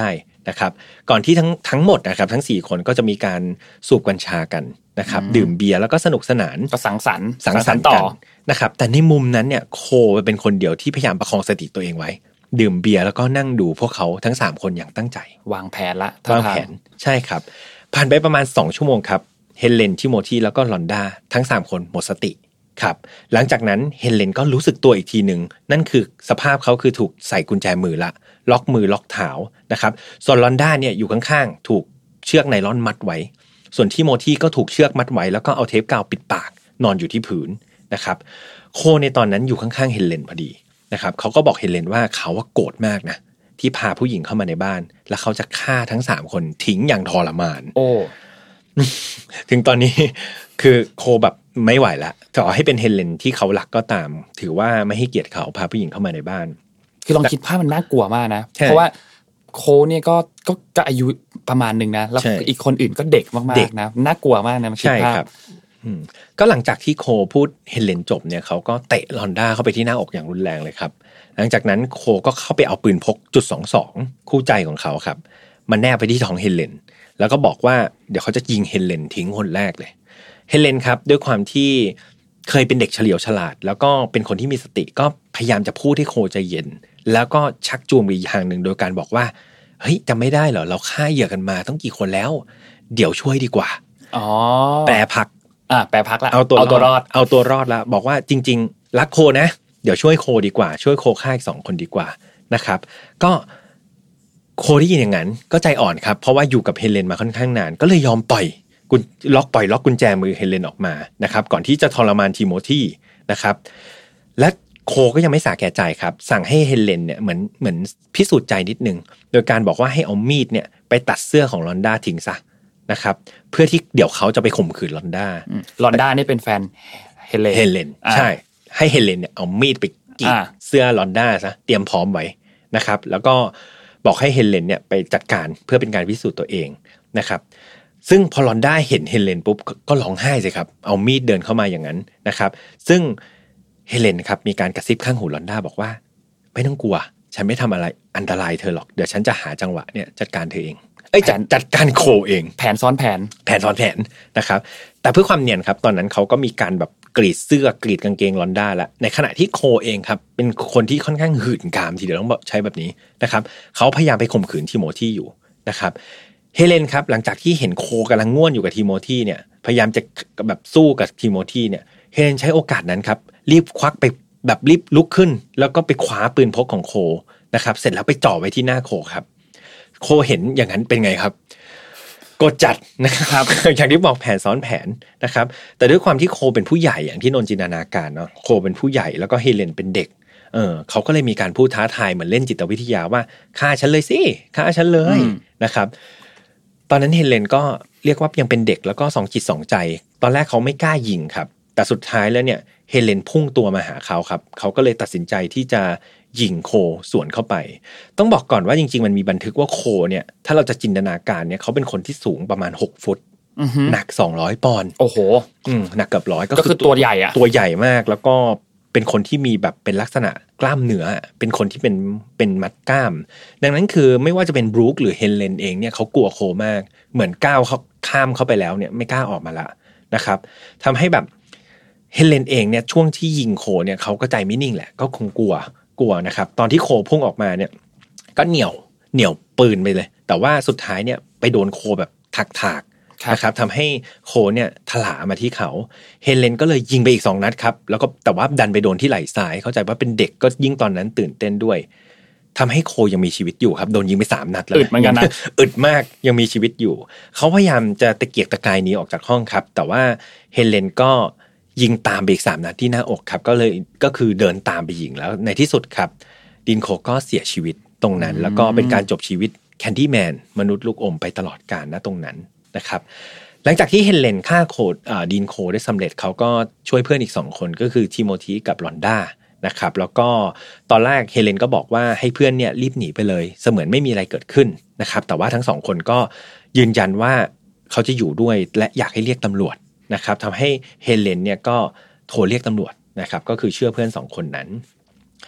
นะครับก่อนที่ทั้งหมดนะครับทั้ง4คนก็จะมีการสูบกัญชากันนะครับดื่มเบียร์แล้วก็สนุกสนานก็สังสรรค์ต่อนะครับแต่ในมุมนั้นเนี่ยโคเป็นคนเดียวที่พยายามประคองสติตัวเองไว้ดื่มเบียร์แล้วก็นั่งดูพวกเขาทั้ง3คนอย่างตั้งใจวางแผนใช่ครับผ่านไปประมาณ2ชั่วโมงครับเฮเลนทิโมธีแล้วก็ลอนดาทั้ง3คนหมดสติครับหลังจากนั้นเฮเลนก็รู้สึกตัวอีกทีนึงนั่นคือสภาพเขาคือถูกใส่กุญแจมือละล็อกมือล็อกเท้านะครับส่วนลอนดาเนี่ยอยู่ข้างๆถูกเชือกไนลอนมัดไว้ส่วนทิโมธีก็ถูกเชือกมัดไว้แล้วก็เอาเทปกาวปิดปากนอนอยู่ที่พื้นนะครับโคในตอนนั้นอยู่ข้างๆเฮเลนพอดีนะครับเขาก็บอกเฮเลนว่าเขาโกรธมากนะที่พาผู้หญิงเข้ามาในบ้านแล้วเขาจะฆ่าทั้ง3คนทิ้งอย่างทรมานโอ้ถึงตอนนี้คือโคแบบไม่ไหวละต่อให้เป็นเฮเลนที่เขารักก็ตามถือว่าไม่ให้เกียรติเขาพาผู้หญิงเข้ามาในบ้านคือลองคิดภาพมันน่ากลัวมากนะเพราะว่าโคเนี่ยก็อายุประมาณนึงนะแล้วอีกคนอื่นก็เด็กมากๆนะน่ากลัวมากนะมันคิดภาพก็หลังจากที่โคพูดเฮเลนจบเนี่ยเขาก็เตะลอนดาเข้าไปที่หน้าอกอย่างรุนแรงเลยครับหลังจากนั้นโคก็เข้าไปเอาปืนพก.22คู่ใจของเขาครับมันแนบไปที่ท้องเฮเลนแล้วก็บอกว่าเดี๋ยวเขาจะยิงเฮเลนทิ้งคนแรกเลยเฮเลนครับด้วยความที่เคยเป็นเด็กเฉลียวฉลาดแล้วก็เป็นคนที่มีสติก็พยายามจะพูดให้โคใจเย็นแล้วก็ชักจูงไปอีกทางนึงโดยการบอกว่าเฮ้ยจำไม่ได้เหรอเราฆ่าเหยื่อกันมาต้องกี่คนแล้วเดี๋ยวช่วยดีกว่าแปรพักละเอาตัวรอดแล้วบอกว่าจริงๆรักโคนะเดี๋ยวช่วยโคดีกว่าช่วยโคฆ่าอีก2คนดีกว่านะครับก็โคได้ยินอย่างนั้นก็ใจอ่อนครับเพราะว่าอยู่กับเฮเลนมาค่อนข้างนานก็เลยยอมปล่อยล็อกกุญแจมือเฮเลนออกมานะครับก่อนที่จะทรมานทิโมธีนะครับและโคก็ยังไม่สาแก่ใจครับสั่งให้เฮเลนเนี่ยเหมือนพิสูจน์ใจนิดนึงโดยการบอกว่าให้เอามีดเนี่ยไปตัดเสื้อของลอนดาทิ้งซะนะครับเพื่อที่เดี๋ยวเขาจะไปข่มขืนลอนดานี่เป็นแฟนเฮเลนใช่ให้เฮเลนเนี่ยเอามีดไปกรีดเสื้อลอนดาซะเตรียมพร้อมไว้นะครับแล้วก็บอกให้เฮเลนเนี่ยไปจัดการเพื่อเป็นการพิสูจน์ตัวเองนะครับซึ่งพอลอนดาเห็นเฮเลนปุ๊บก็ร้องไห้สิครับเอามีดเดินเข้ามาอย่างนั้นนะครับซึ่งเฮเลนครับมีการกระซิบข้างหูลอนดาบอกว่าไม่ต้องกลัวฉันไม่ทำอะไรอันตรายเธอหรอกเดี๋ยวฉันจะหาจังหวะเนี่ยจัดการเธอเองจัดการโคเองแผนซ้อนแผนนะครับแต่เพื่อความเนียนครับตอนนั้นเขาก็มีการแบบกรีดเสื้อกรีดกางเกงลอนดาแล้วในขณะที่โคเองครับเป็นคนที่ค่อนข้างหื่นกามทีเดียวต้องใช้แบบนี้นะครับเขาพยายามไปข่มขืนทิโมธีอยู่นะครับเฮเลนครับหลังจากที่เห็นโคกำลังง่วนอยู่กับทิโมธีเนี่ยพยายามจะแบบสู้กับทิโมธีเนี่ยเฮเลนใช้โอกาสนั้นครับรีบควักไปแบบรีบลุกขึ้นแล้วก็ไปคว้าปืนพกของโคนะครับเสร็จแล้วไปจ่อไว้ที่หน้าโคครับโคเห็นอย่างนั้นเป็นไงครับกดจัดนะครับ อย่างที่บอกแผนซ้อนแผนนะครับแต่ด้วยความที่โคเป็นผู้ใหญ่อย่างที่นนจินตนาการเนาะโคเป็นผู้ใหญ่แล้วก็เฮเลนเป็นเด็กเขาก็เลยมีการพูดท้าทายเหมือนเล่นจิตวิทยาว่าฆ่าฉันเลยสิฆ่าฉันเลยนะครับตอนนั้นเฮเลนก็เรียกว่ายังเป็นเด็กแล้วก็สองจิตสองใจตอนแรกเขาไม่กล้ายิงครับแต่สุดท้ายแล้วเนี่ยเฮเลนพุ่งตัวมาหาเขาครับเขาก็เลยตัดสินใจที่จะยิงโคสวนเข้าไปต้องบอกก่อนว่าจริงๆมันมีบันทึกว่าโคเนี่ยถ้าเราจะจินตนาการเนี่ยเขาเป็นคนที่สูงประมาณ6 ฟุตหนัก200 ปอนด์โอ้โหหนักเกือบ100 ก็คือตัวใหญ่อะตัวใหญ่มากแล้วก็เป็นคนที่มีแบบเป็นลักษณะกล้ามเนื้อเป็นคนที่เป็นมัดกล้ามดังนั้นคือไม่ว่าจะเป็นบรูคหรือเฮเลนเองเนี่ยเขากลัวโคมากเหมือนก้าวเขาข้ามเข้าไปแล้วเนี่ยไม่กล้าออกมาละนะครับทำให้แบบเฮเลนเองเนี่ยช่วงที่ยิงโคเนี่ยเขาก็ใจไม่นิ่งแหละก็คงกลัวนะครับตอนที่โคพุ่งออกมาเนี่ยก็เหนี่ยวปืนไปเลยแต่ว่าสุดท้ายเนี่ยไปโดนโคแบบถากนะครับทำให้โคเนี่ยถลามาที่เขาเฮเลนก็เลยยิงไปอีก2 นัดครับแล้วก็แต่ว่าดันไปโดนที่ไหล่ซ้ายเข้าใจว่าเป็นเด็กก็ยิ่งตอนนั้นตื่นเต้นด้วยทำให้โคยังมีชีวิตอยู่ครับโดนยิงไป3 นัดแล้วอึดเหมือนกันนะอึดมากยังมีชีวิตอยู่เขาพยายามจะตะเกียกตะกายหนีออกจากห้องครับแต่ว่าเฮเลนก็ยิงตามไปอีก3 นัดที่หน้าอกครับก็คือเดินตามไปยิงแล้วในที่สุดครับดินโคก็เสียชีวิตตรงนั้นแล้วก็เป็นการจบชีวิตแคนดี้แมนมนุษย์ลูกอมไปตลอดกาลณตรงนั้นนะครับหลังจากที่เฮเลนฆ่าดินโคได้สำเร็จเขาก็ช่วยเพื่อนอีก2 คนก็คือทิโมธีกับลอนดานะครับแล้วก็ตอนแรกเฮเลนก็บอกว่าให้เพื่อนเนี่ยรีบหนีไปเลยเสมือนไม่มีอะไรเกิดขึ้นนะครับแต่ว่าทั้ง2 คนก็ยืนยันว่าเขาจะอยู่ด้วยและอยากให้เรียกตำรวจนะครับทำให้เฮเลนเนี่ยก็โทรเรียกตำรวจนะครับก็คือเชื่อเพื่อน2 คนนั้น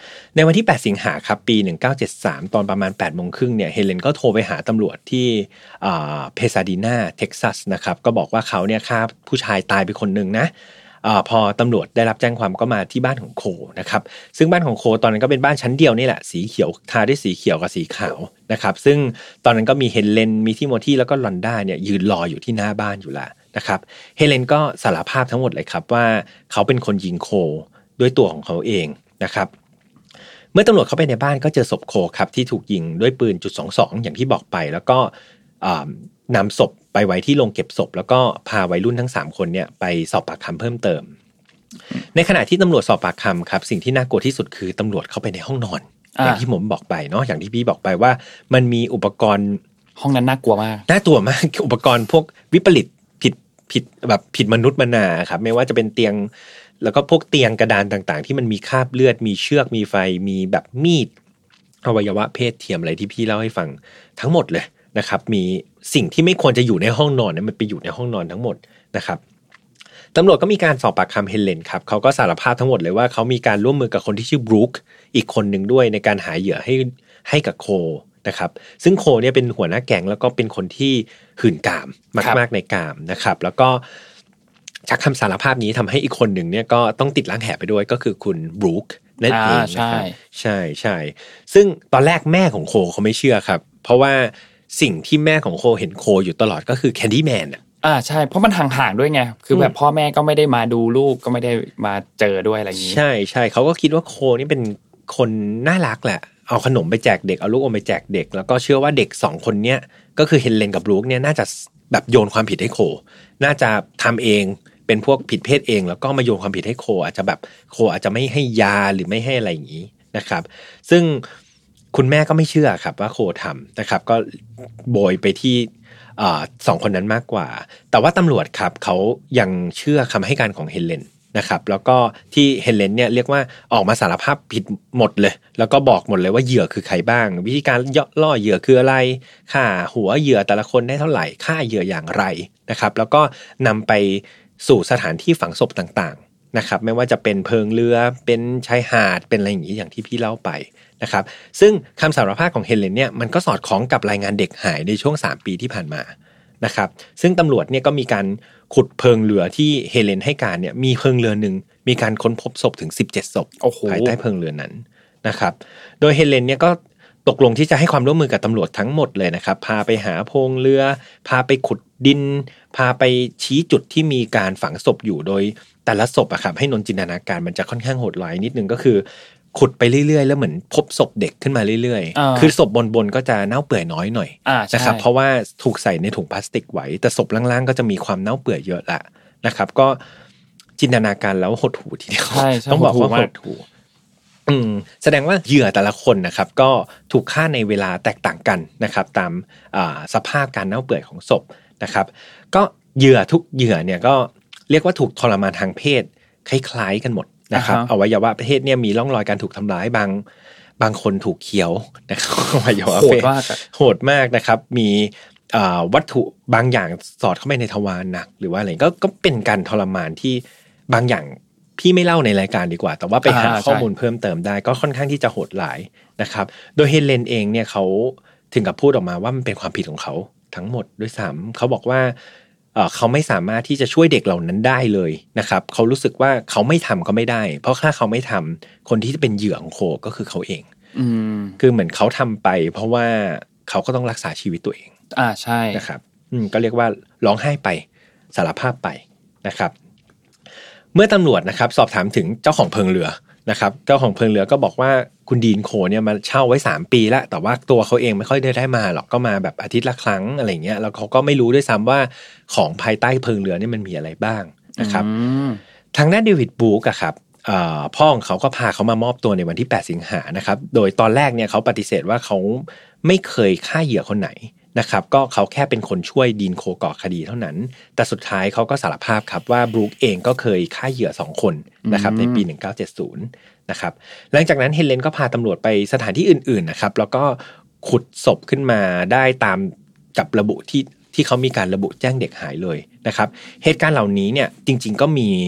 ในวันที่8สิงหาครับปี1973ตอนประมาณ 8:30 นเนี่ยเฮเลนก็โทรไปหาตำรวจที่เพซาดีนาเท็กซัสนะครับก็บอกว่าเขาเนี่ยฆ่าผู้ชายตายไปคนนึงนะพอตำรวจได้รับแจ้งความก็มาที่บ้านของโคนะครับซึ่งบ้านของโคตอนนั้นก็เป็นบ้านชั้นเดียวนี่แหละสีเขียวทาด้วยสีเขียวกับสีขาวนะครับซึ่งตอนนั้นก็มีเฮเลนมีทิโมธีแล้วก็ลอนด้าเนี่ยยืนรออยู่ที่หน้าบ้านอยู่แล้วนะครับเฮเลนก็สารภาพทั้งหมดเลยครับว่าเขาเป็นคนยิงโคด้วยตัวของเขาเองนะครับเมื่อตำรวจเข้าไปในบ้านก็เจอศพโคครับที่ถูกยิงด้วยปืน.22อย่างที่บอกไปแล้วก็นำศพไปไว้ที่โรงเก็บศพแล้วก็พาวัยรุ่นทั้ง3คนเนี่ยไปสอบปากคำเพิ่มเติมในขณะที่ตำรวจสอบปากคำครับสิ่งที่น่ากลัวที่สุดคือตำรวจเข้าไปในห้องนอนอย่างที่ผมบอกไปเนาะอย่างที่พี่บอกไปว่ามันมีอุปกรณ์ห้องนั้นน่ากลัวมากอุปกรณ์พวกวิปริตผิดแบบผิดมนุษย์มนาครับไม่ว่าจะเป็นเตียงแล้วก็พวกเตียงกระดานต่างๆที่มันมีคราบเลือดมีเชือกมีไฟมีแบบมีดอวัยวะเพศเทียมอะไรที่พี่เล่าให้ฟังทั้งหมดเลยนะครับมีสิ่งที่ไม่ควรจะอยู่ในห้องนอนเนี่ยมันไปอยู่ในห้องนอนทั้งหมดนะครับตำรวจก็มีการสอบปากคำเฮเลนครับเขาก็สารภาพทั้งหมดเลยว่าเขามีการร่วมมือกับคนที่ชื่อบรูคอีกคนหนึ่งด้วยในการหาเหยื่อให้กับโคนะครับซึ่งโคเนี่ยเป็นหัวหน้าแก๊งแล้วก็เป็นคนที่หื่นกามมากๆในกามนะครับแล้วก็จากคำสารภาพนี้ทำให้อีกคนหนึ่งเนี่ยก็ต้องติดล้างแหไปด้วยก็คือคุณบรูคนั่นเองนะครับใช่ซึ่งตอนแรกแม่ของโคเขาไม่เชื่อครับเพราะว่าสิ่งที่แม่ของโคเห็นโคอยู่ตลอดก็คือแคนดี้แมนใช่เพราะมันห่างๆด้วยไงคือแบบพ่อแม่ก็ไม่ได้มาดูลูกก็ไม่ได้มาเจอด้วยอะไรอย่างนี้ใช่เขาก็คิดว่าโคนี่เป็นคนน่ารักแหละเอาขนมไปแจกเด็กเอาลูกอมไปแจกเด็กแล้วก็เชื่อว่าเด็ก2คนเนี้ยก็คือเฮเลนกับบรูคเนี่ยน่าจะแบบโยนความผิดให้โคน่าจะทำเองเป็นพวกผิดเพศเองแล้วก็มาโยนความผิดให้โคอาจจะแบบโคอาจจะไม่ให้ยาหรือไม่ให้อะไรอย่างนี้นะครับซึ่งคุณแม่ก็ไม่เชื่อครับว่าโคทำนะครับก็โบยไปที่2คนนั้นมากกว่าแต่ว่าตำรวจครับเขายังเชื่อคำให้การของเฮเลนนะครับแล้วก็ที่เฮเลนเนี่ยเรียกว่าออกมาสารภาพผิดหมดเลยแล้วก็บอกหมดเลยว่าเหยื่อคือใครบ้างวิธีการล่อเหยื่อคืออะไรค่าหัวเหยื่อแต่ละคนได้เท่าไหร่ค่าเหยื่ออย่างไรนะครับแล้วก็นำไปสู่สถานที่ฝังศพต่างๆนะครับไม่ว่าจะเป็นเพิงเรือเป็นชายหาดเป็นอะไรอย่างนี้อย่างที่พี่เล่าไปนะครับซึ่งคำสารภาพของเฮเลนเนี่ยมันก็สอดคล้องกับรายงานเด็กหายในช่วง3ปีที่ผ่านมานะครับซึ่งตำรวจเนี่ยก็มีการขุดเพิงเรือที่เฮเลนให้การเนี่ยมีเพิงเรือนึงมีการค้นพบศพถึง17ศพภายใต้เพิงเรือนั้นนะครับโดยเฮเลนเนี่ยก็ตกลงที่จะให้ความร่วมมือกับตำรวจทั้งหมดเลยนะครับพาไปหาโพรงเรือพาไปขุดดินพาไปชี้จุดที่มีการฝังศพอยู่โดยแต่ละศพอะครับให้นนจินตนาการมันจะค่อนข้างโหดร้ายนิดนึงก็คือขุดไปเรื่อยๆแล้วเหมือนพบศพเด็กขึ้นมาเรื่อยๆคือศพบนๆก็จะเน่าเปื่อยน้อยหน่อยนะครับเพราะว่าถูกใส่ในถุงพลาสติกไว้แต่ศพล่างๆก็จะมีความเน่าเปื่อยเยอะละนะครับก็จินตนาการแล้วหดหู่ทีเดียวต้องบอกว่าหดหู่แสดงว่าเหยื่อแต่ละคนนะครับก็ถูกฆ่าในเวลาแตกต่างกันนะครับตามสภาพการเน่าเปื่อยของศพนะครับก็เหยื่อทุกเหยื่อเนี่ยก็เรียกว่าถูกทรมานทางเพศคล้ายๆกันหมดนะครับอวัยวะเพศเนี่ยมีร่องรอยการถูกทำร้ายบางคนถูกเคี้ยวนะครับอวัยวะเพศโหดมากนะครับมีวัตถุบางอย่างสอดเข้าไปในทวารหนักหรือว่าอะไรก็เป็นการทรมานที่บางอย่างพี่ไม่เล่าในรายการดีกว่าแต่ว่าไปหาข้อมูลเพิ่มเติมได้ก็ค่อนข้างที่จะโหดหลายนะครับโดยเฮเลนเองเนี่ยเขาถึงกับพูดออกมาว่ามันเป็นความผิดของเขาทั้งหมดด้วยซ้ำเขาบอกว่าเขาไม่สามารถที่จะช่วยเด็กเหล่านั้นได้เลยนะครับเขารู้สึกว่าเขาไม่ทำก็ไม่ได้เพราะถ้าเขาไม่ทำคนที่จะเป็นเหยื่อของโคก็คือเขาเองคือเหมือนเขาทำไปเพราะว่าเขาก็ต้องรักษาชีวิตตัวเองใช่นะครับก็เรียกว่าร้องไห้ไปสารภาพไปนะครับเมื่อตำรวจนะครับสอบถามถึงเจ้าของเพิงเรือนะครับเจ้าของเพิงเรือก็บอกว่าคุณดีนโคเนี่ยมาเช่าไว้3ปีแล้วแต่ว่าตัวเขาเองไม่ค่อยได้มาหรอกก็มาแบบอาทิตย์ละครั้งอะไรเงี้ยแล้วเขาก็ไม่รู้ด้วยซ้ำว่าของภายใต้เพิงเรือนี่มันมีอะไรบ้างนะครับทางด้านเดวิดบู๊กอะครับพ่อของเขาก็พาเขามามอบตัวในวันที่8สิงหานะครับโดยตอนแรกเนี่ยเขาปฏิเสธว่าเขาไม่เคยฆ่าเหยื่อคนไหนนะครับก็เขาแค่เป็นคนช่วยดีนโคก่อคดีเท่านั้นแต่สุดท้ายเขาก็สารภาพครับว่าบรูคเองก็เคยฆ่าเหยื่อ2คนนะครับในปี1970นะครับหลังจากนั้นเฮเลนก็พาตำรวจไปสถานที่อื่นๆนะครับแล้วก็ขุดศพขึ้นมาได้ตามกับระบุที่เขามีการระบุแจ้งเด็กหายเลยนะครับเหตุการณ์เหล่านี้เนี่ยจริงๆก็มี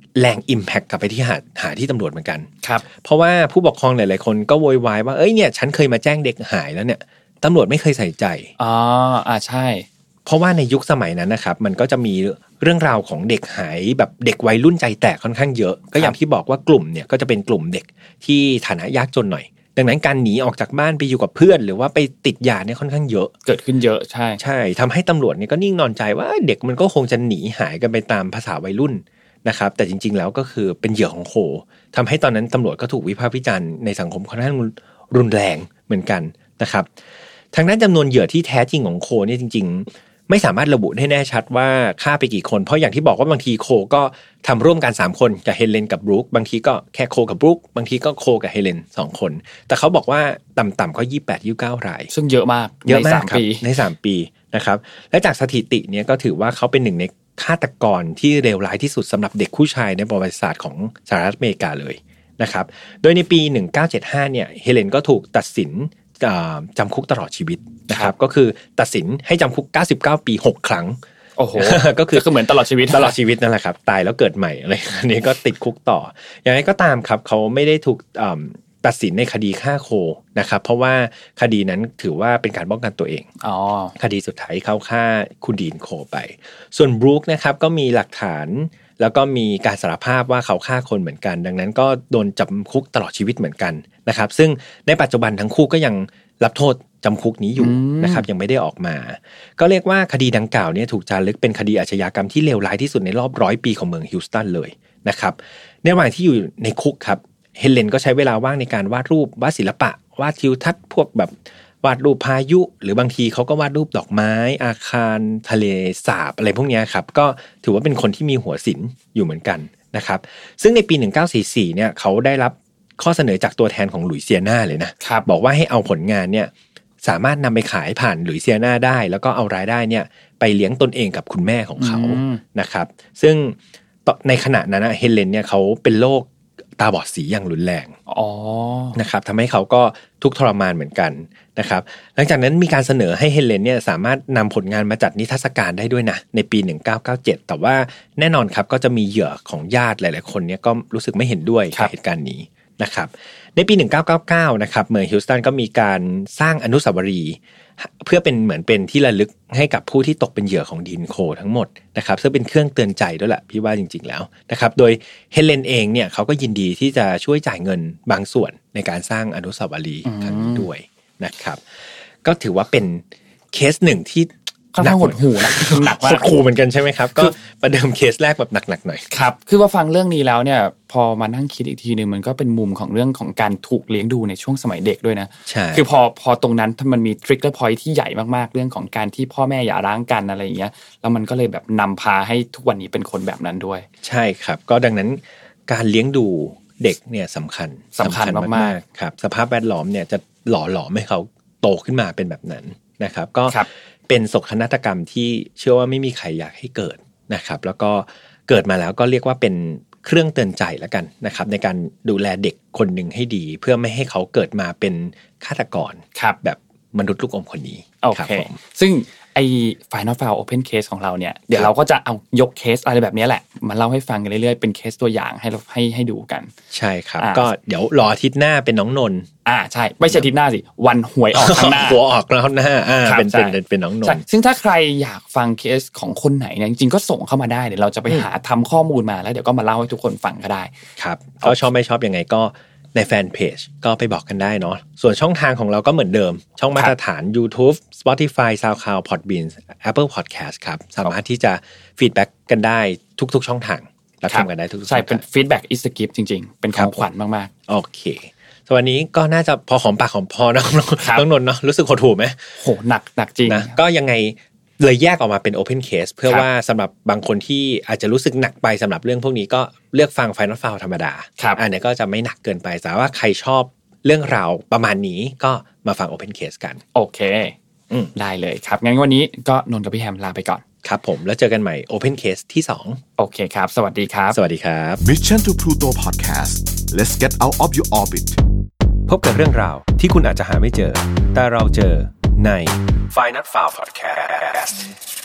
แรง impact กลับไปที่หาที่ตำรวจเหมือนกันครับเพราะว่าผู้ปกครองหลายๆคนก็โวยวายว่าเอ้ยเนี่ยฉันเคยมาแจ้งเด็กหายแล้วเนี่ยตำรวจไม่เคยใส่ใจใช่เพราะว่าในยุคสมัยนั้นนะครับมันก็จะมีเรื่องราวของเด็กหายแบบเด็กวัยรุ่นใจแตกค่อนข้างเยอะก็อย่างที่บอกว่ากลุ่มเนี่ยก็จะเป็นกลุ่มเด็กที่ฐานะยากจนหน่อยดังนั้นการหนีออกจากบ้านไปอยู่กับเพื่อนหรือว่าไปติดยาเนี่ยค่อนข้างเยอะเกิดขึ้นเยอะใช่ทำให้ตำรวจเนี่ยก็นิ่งนอนใจว่าเด็กมันก็คงจะหนีหายกันไปตามภาษาวัยรุ่นนะครับแต่จริงๆแล้วก็คือเป็นเหยื่อของโคทำให้ตอนนั้นตำรวจก็ถูกวิพากษ์วิจารณ์ในสังคมค่อนข้างรุนแรงเหมือนกันนะครับทางด้านจำนวนเหยื่อที่แท้จริงของโคเนี่ยจริงๆไม่สามารถระบุได้แน่ชัดว่าฆ่าไปกี่คนเพราะอย่างที่บอกว่าบางทีโคก็ทำร่วมกัน3คนกับเฮเลนกับบรูคบางทีก็แค่โคกับบรูคบางทีก็โคกับเฮเลน2คนแต่เขาบอกว่าต่ำๆก็28-29 รายซึ่งเยอะมากใน3 ปีใน3 ปีนะครับและจากสถิติเนี่ยก็ถือว่าเขาเป็นหนึ่งในฆาตกรที่เลวร้ายที่สุดสำหรับเด็กผู้ชายในประวัติศาสตร์ของสหรัฐอเมริกาเลยนะครับโดยในปี1975เนี่ยเฮเลนก็ถูกตัดสินจำคุกตลอดชีวิตนะครับก็คือตัดสินให้จำคุก99 ปี6 ครั้งโอ้โหก็คือเหมือนตลอดชีวิตนั่นแหละครับตายแล้วเกิดใหม่อะไรอันนี้ก็ติดคุกต่ออย่างไรก็ตามครับเขาไม่ได้ถูกตัดสินในคดีฆ่าโคนะครับเพราะว่าคดีนั้นถือว่าเป็นการป้องกันตัวเองคดีสุดท้ายเขาฆ่าคุณดีนโคไปส่วนบรูคนะครับก็มีหลักฐานแล้วก็มีการสารภาพว่าเขาฆ่าคนเหมือนกันดังนั้นก็โดนจำคุกตลอดชีวิตเหมือนกันนะครับซึ่งในปัจจุบันทั้งคู่ก็ยังรับโทษจำคุกนี้อยู่นะครับยังไม่ได้ออกมาก็เรียกว่าคดีดังกล่าวเนี่ยถูกจารึกเป็นคดีอาชญากรรมที่เลวร้ายที่สุดในรอบ100 ปีของเมืองฮิวสตันเลยนะครับในระหว่างที่อยู่ในคุกครับเฮเลนก็ใช้เวลาว่างในการวาดรูปวาดศิลปะวาดทิวทัศน์พวกแบบวาดรูปพายุหรือบางทีเขาก็วาดรูปดอกไม้อาคารทะเลสาบอะไรพวกนี้ครับก็ถือว่าเป็นคนที่มีหัวศิลป์อยู่เหมือนกันนะครับซึ่งในปี1944เนี่ยเขาได้รับข้อเสนอจากตัวแทนของหลุยเซียนาเลยนะบอกว่าให้เอาผลงานเนี่ยสามารถนำไปขายผ่านหลุยเซียนาได้แล้วก็เอารายได้เนี่ยไปเลี้ยงตนเองกับคุณแม่ของเขานะครับซึ่งในขณะนั้นเฮเลนเนี่ยเขาเป็นโรคตาบอดสีอย่างรุนแรงนะครับทำให้เขาก็ทุกข์ทรมานเหมือนกันนะครับหลังจากนั้นมีการเสนอให้เฮเลนเนี่ยสามารถนำผลงานมาจัดนิทรรศการได้ด้วยนะในปี1997แต่ว่าแน่นอนครับก็จะมีเหยื่อของญาติหลายๆคนเนี่ยก็รู้สึกไม่เห็นด้วยกับเหตุการณ์นี้นะครับในปี1999นะครับเมืองฮิวสตันก็มีการสร้างอนุสาวรีย์เพื่อเป็นเหมือนเป็นที่ระลึกให้กับผู้ที่ตกเป็นเหยื่อของดีนโคทั้งหมดนะครับซึ่งเป็นเครื่องเตือนใจด้วยแหละพี่ว่าจริงๆแล้วนะครับโดยเฮเลนเองเนี่ยเขาก็ยินดีที่จะช่วยจ่ายเงินบางส่วนในการสร้างอนุสาวรีย์ครั้งนี้ด้วยนะครับก็ถือว่าเป็นเคสหนึ่งที่ค่อนข้างหดหู่นะหนักมากหดหู่เหมือนกันใช่ไหมครับก็ประเดิมเคสแรกแบบหนักๆหน่อยครับคือว่าฟังเรื่องนี้แล้วเนี่ยพอมานั่งคิดอีกทีนึงมันก็เป็นมุมของเรื่องของการถูกเลี้ยงดูในช่วงสมัยเด็กด้วยนะคือพอตรงนั้นมันมีทริกเกอร์พอยท์ที่ใหญ่มากๆเรื่องของการที่พ่อแม่หย่าร้างกันอะไรอย่างเงี้ยแล้วมันก็เลยแบบนำพาให้ทุกวันนี้เป็นคนแบบนั้นด้วยใช่ครับก็ดังนั้นการเลี้ยงดูเด็กเนี่ยสำคัญมากๆครับสภาพแวดล้อมเนี่ยจะหล่อหลอมให้เขาโตขึ้นมาเป็นแบบนั้นนะครับก็เป็นโศกนาฏกรรมที่เชื่อว่าไม่มีใครอยากให้เกิดนะครับแล้วก็เกิดมาแล้วก็เรียกว่าเป็นเครื่องเตือนใจแล้วกันนะครับในการดูแลเด็กคนหนึ่งให้ดีเพื่อไม่ให้เขาเกิดมาเป็นฆาตกรแบบมนุษย์ลูกอมคนนี้ครับผมซึ่งไอ้ Final File Open Case ของเราเนี่ยเดี๋ยวเราก็จะเอายกเคสอะไรแบบนี้แหละมาเล่าให้ฟังกันเรื่อยๆเป็นเคสตัวอย่างให้ดูกันใช่ครับก็เดี๋ยวรออาทิตย์หน้าเป็นน้องนนท์ใช่ไม่ใช่อาทิตย์หน้าสิวันหวยออกข้างหน้าหัวออกแล้วหน้าเป็นน้องนนท์ซึ่งถ้าใครอยากฟังเคสของคนไหนเนี่ยจริงๆก็ส่งเข้ามาได้เดี๋ยวเราจะไปหาทำข้อมูลมาแล้วเดี๋ยวก็มาเล่าให้ทุกคนฟังก็ได้ครับก็ชอบไม่ชอบยังไงก็ในแฟนเพจก็ไปบอกกันได้เนาะส่วนช่องทางของเราก็เหมือนเดิมช่องมาตรฐาน YouTube Spotify SoundCloud Podbean Apple Podcast ครับสามารถที่จะฟีดแบ็กกันได้ทุกๆช่องทางรับชมกันได้ทุกๆใช่เป็น feedback is the gift จริงๆเป็นของขวัญมากๆโอเคสวันนี้ก็น่าจะพอหอมปากหอมคอนะน้องนนท์เนาะรู้สึกหดหู่ไหมโหหนักจริงนะก็ยังไงเลยแยกออกมาเป็น Open Case เพื่อว่าสำหรับบางคนที่อาจจะรู้สึกหนักไปสำหรับเรื่องพวกนี้ก็เลือกฟัง Final File ธรรมดาอันนี้ก็จะไม่หนักเกินไปแต่ว่าใครชอบเรื่องราวประมาณนี้ก็มาฟัง Open Case กันโอเคได้เลยครับงั้นวันนี้ก็นนท์กับพี่แฮมลาไปก่อนครับผมแล้วเจอกันใหม่ Open Case ที่2 โอเคครับสวัสดีครับสวัสดีครับ Mission to Pluto Podcast Let's get out of your orbit พบกับเรื่องราวที่คุณอาจจะหาไม่เจอแต่เราเจอใน Final File Podcast